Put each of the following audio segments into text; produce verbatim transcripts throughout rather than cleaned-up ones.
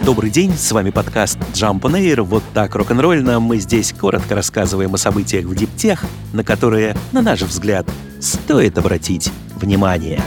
Добрый день, с вами подкаст Jump on Air. Вот так рок-н-ролльно мы здесь коротко рассказываем о событиях в диптех, на которые, на наш взгляд, стоит обратить внимание.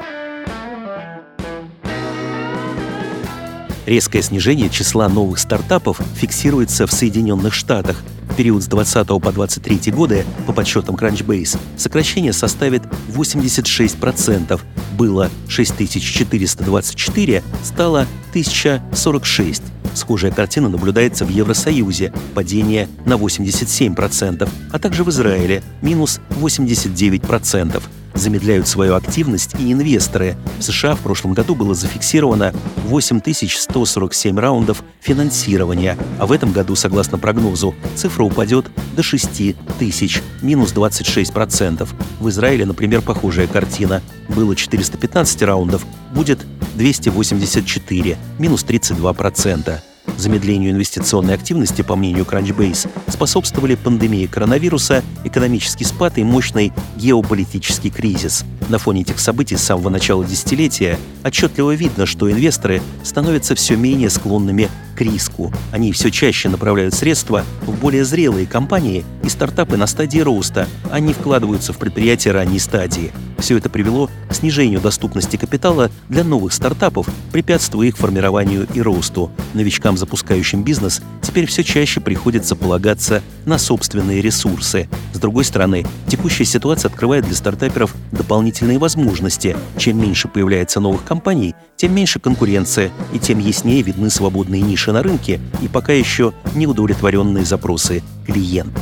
Резкое снижение числа новых стартапов фиксируется в Соединенных Штатах. В период с двадцатого по двадцать третий годы, по подсчетам Crunchbase, сокращение составит восемьдесят шесть процентов. Было шесть тысяч четыреста двадцать четыре, стало тысяча сорок шесть. Схожая картина наблюдается в Евросоюзе, падение на восемьдесят семь процентов, а также в Израиле, минус восемьдесят девять процентов. Замедляют свою активность и инвесторы. В США в прошлом году было зафиксировано восемь тысяч сто сорок семь раундов финансирования, а в этом году, согласно прогнозу, цифра упадет до шесть тысяч, минус двадцать шесть процентов. В Израиле, например, похожая картина. Было четыреста пятнадцать раундов, будет двести восемьдесят четыре, минус тридцать два процента. Замедлению инвестиционной активности, по мнению Crunchbase, способствовали пандемия коронавируса, экономический спад и мощный геополитический кризис. На фоне этих событий с самого начала десятилетия отчетливо видно, что инвесторы становятся все менее склонными к риску. Они все чаще направляют средства в более зрелые компании и стартапы на стадии роста, а не вкладываются в предприятия ранней стадии. Все это привело к снижению доступности капитала для новых стартапов, препятствуя их формированию и росту. Новичкам, запускающим бизнес, теперь все чаще приходится полагаться на собственные ресурсы. С другой стороны, текущая ситуация открывает для стартаперов дополнительные возможности. Чем меньше появляется новых компаний, тем меньше конкуренция, и тем яснее видны свободные ниши на рынке и пока еще неудовлетворенные запросы клиентов.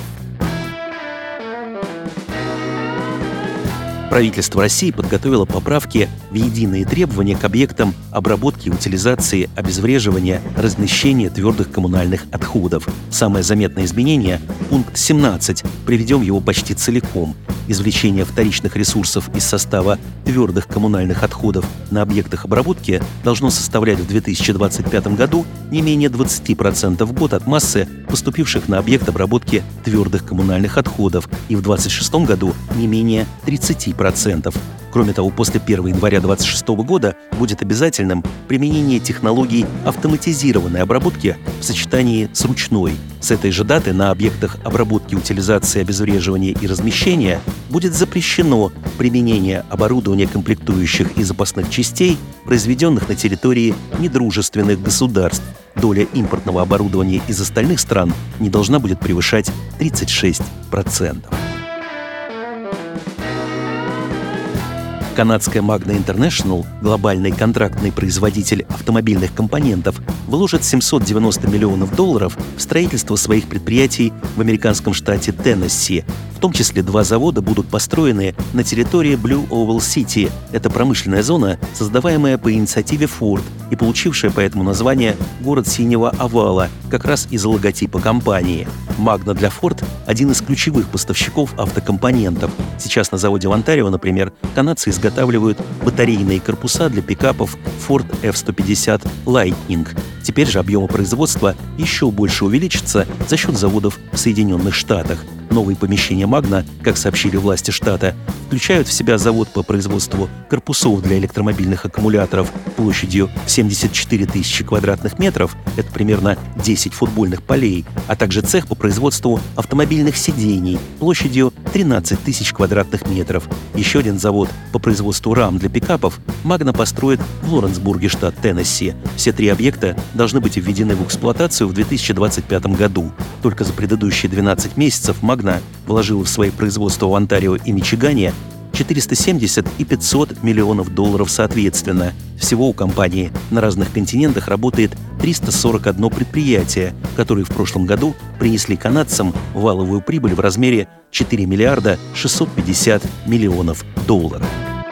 Правительство России подготовило поправки в единые требования к объектам обработки, утилизации, обезвреживания, размещения твердых коммунальных отходов. Самое заметное изменение – пункт семнадцать. Приведем его почти целиком. Извлечение вторичных ресурсов из состава твердых коммунальных отходов на объектах обработки должно составлять в две тысячи двадцать пятом году не менее двадцать процентов в год от массы поступивших на объект обработки твердых коммунальных отходов, и в две тысячи двадцать шестом году не менее тридцать процентов. Кроме того, после первого января две тысячи двадцать шестого года будет обязательным применение технологий автоматизированной обработки в сочетании с ручной. С этой же даты на объектах обработки, утилизации, обезвреживания и размещения будет запрещено применение оборудования комплектующих и запасных частей, произведенных на территории недружественных государств. Доля импортного оборудования из остальных стран не должна будет превышать тридцать шесть процентов. Канадская Magna International, глобальный контрактный производитель автомобильных компонентов, вложит семьсот девяносто миллионов долларов в строительство своих предприятий в американском штате Теннесси. В том числе два завода будут построены на территории Blue Oval City. Это промышленная зона, создаваемая по инициативе Ford и получившая поэтому название «Город синего овала», как раз из-за логотипа компании. Magna для Ford – один из ключевых поставщиков автокомпонентов. Сейчас на заводе в Онтарио, например, канадцы изготавливают батарейные корпуса для пикапов Ford эф сто пятьдесят Lightning. Теперь же объемы производства еще больше увеличатся за счет заводов в Соединенных Штатах. Новые помещения Magna, как сообщили власти штата, включают в себя завод по производству корпусов для электромобильных аккумуляторов площадью семьдесят четыре тысячи квадратных метров, это примерно десять футбольных полей, а также цех по производству автомобильных сидений площадью тринадцать тысяч квадратных метров. Еще один завод по производству рам для пикапов Magna построит в Лоренсбурге, штат Теннесси. Все три объекта должны быть введены в эксплуатацию в две тысячи двадцать пятом году. Только за предыдущие двенадцать месяцев Magna вложила в свои производства в Онтарио и Мичигане четыреста семьдесят и пятьсот миллионов долларов соответственно. Всего у компании на разных континентах работает триста сорок одно предприятие, которые в прошлом году принесли канадцам валовую прибыль в размере четыре миллиарда шестьсот пятьдесят миллионов долларов.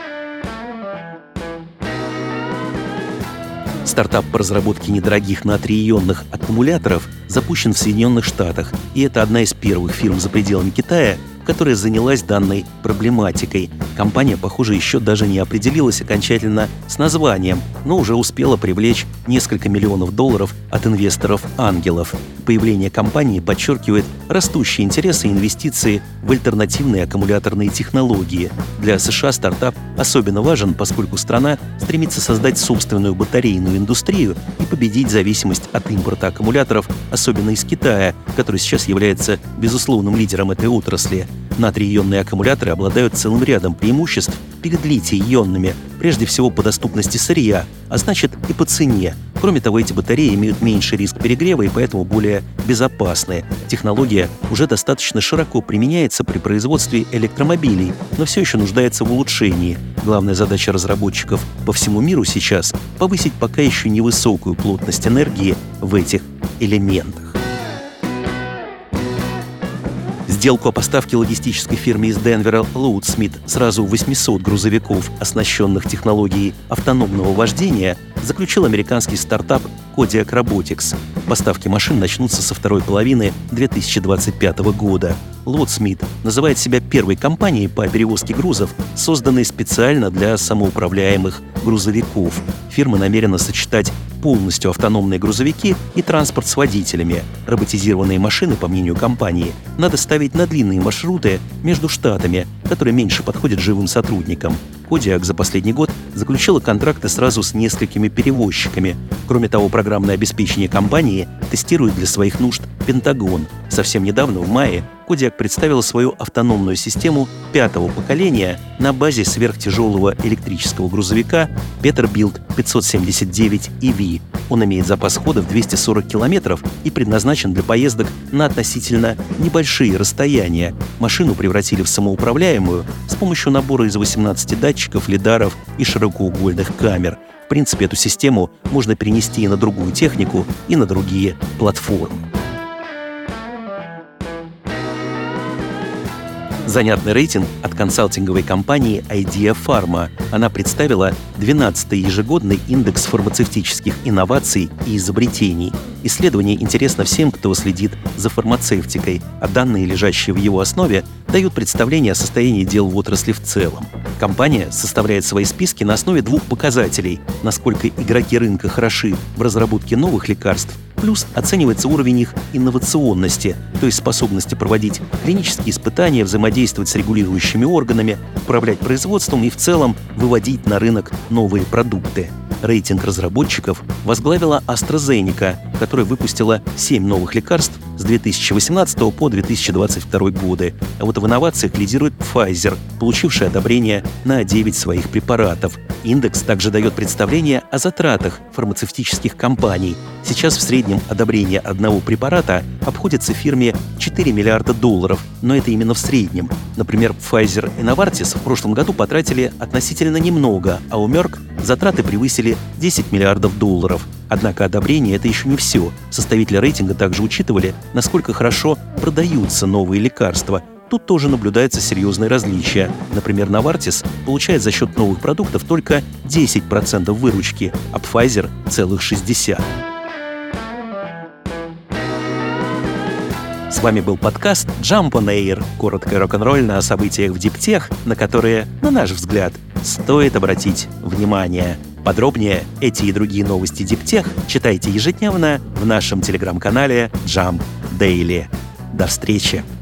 Стартап по разработке недорогих натрий-ионных аккумуляторов запущен в Соединенных Штатах, и это одна из первых фирм за пределами Китая, которая занялась данной проблематикой. Компания, похоже, еще даже не определилась окончательно с названием, но уже успела привлечь несколько миллионов долларов от инвесторов-ангелов. Появление компании подчеркивает растущие интересы и инвестиции в альтернативные аккумуляторные технологии. Для США стартап особенно важен, поскольку страна стремится создать собственную батарейную индустрию и победить зависимость от импорта аккумуляторов, особенно из Китая, который сейчас является безусловным лидером этой отрасли. Натрий-ионные аккумуляторы обладают целым рядом преимуществ перед литий-ионными, прежде всего по доступности сырья, а значит и по цене. Кроме того, эти батареи имеют меньший риск перегрева и поэтому более безопасны. Технология уже достаточно широко применяется при производстве электромобилей, но все еще нуждается в улучшении. Главная задача разработчиков по всему миру сейчас — повысить пока еще невысокую плотность энергии в этих элементах. Сделку о поставке логистической фирме из Денвера Loadsmith сразу восьмисот грузовиков, оснащенных технологией автономного вождения, заключил американский стартап Kodiak Robotics. Поставки машин начнутся со второй половины две тысячи двадцать пятого года. Loadsmith называет себя первой компанией по перевозке грузов, созданной специально для самоуправляемых грузовиков. Фирма намерена сочетать полностью автономные грузовики и транспорт с водителями. Роботизированные машины, по мнению компании, надо ставить на длинные маршруты между штатами, которые меньше подходят живым сотрудникам. Kodiak за последний год заключила контракты сразу с несколькими перевозчиками. Кроме того, программное обеспечение компании тестирует для своих нужд Пентагон. Совсем недавно, в мае, Kodiak представила свою автономную систему пятого поколения на базе сверхтяжелого электрического грузовика Peterbilt пятьсот семьдесят девять и ви. Он имеет запас хода в двести сорок километров и предназначен для поездок на относительно небольшие расстояния. Машину превратили в самоуправляемую с помощью набора из восемнадцати датчиков, лидаров и широкоугольных камер. В принципе, эту систему можно перенести и на другую технику, и на другие платформы. Занятный рейтинг от консалтинговой компании Idea Pharma. Она представила двенадцатый ежегодный индекс фармацевтических инноваций и изобретений. Исследование интересно всем, кто следит за фармацевтикой, а данные, лежащие в его основе, дают представление о состоянии дел в отрасли в целом. Компания составляет свои списки на основе двух показателей: насколько игроки рынка хороши в разработке новых лекарств, плюс оценивается уровень их инновационности, то есть способности проводить клинические испытания, взаимодействовать с регулирующими органами, управлять производством и в целом выводить на рынок новые продукты. Рейтинг разработчиков возглавила AstraZeneca, которая выпустила семь новых лекарств с две тысячи восемнадцатого по две тысячи двадцать второй годы. А вот в инновациях лидирует Pfizer, получивший одобрение на девять своих препаратов. Индекс также дает представление о затратах фармацевтических компаний. Сейчас в среднем одобрение одного препарата обходится фирме четыре миллиарда долларов, но это именно в среднем. Например, Pfizer и Novartis в прошлом году потратили относительно немного, а у Merck затраты превысили десять миллиардов долларов. Однако одобрение — это еще не все. Составители рейтинга также учитывали, насколько хорошо продаются новые лекарства. Тут тоже наблюдаются серьезные различия. Например, Novartis получает за счет новых продуктов только десять процентов выручки, а Pfizer — целых шестьдесят процентов. С вами был подкаст Jump on Air. Короткое рок-н-ролльно о событиях в диптех, на которые, на наш взгляд, стоит обратить внимание. Подробнее эти и другие новости диптех читайте ежедневно в нашем телеграм-канале Jump Daily. До встречи!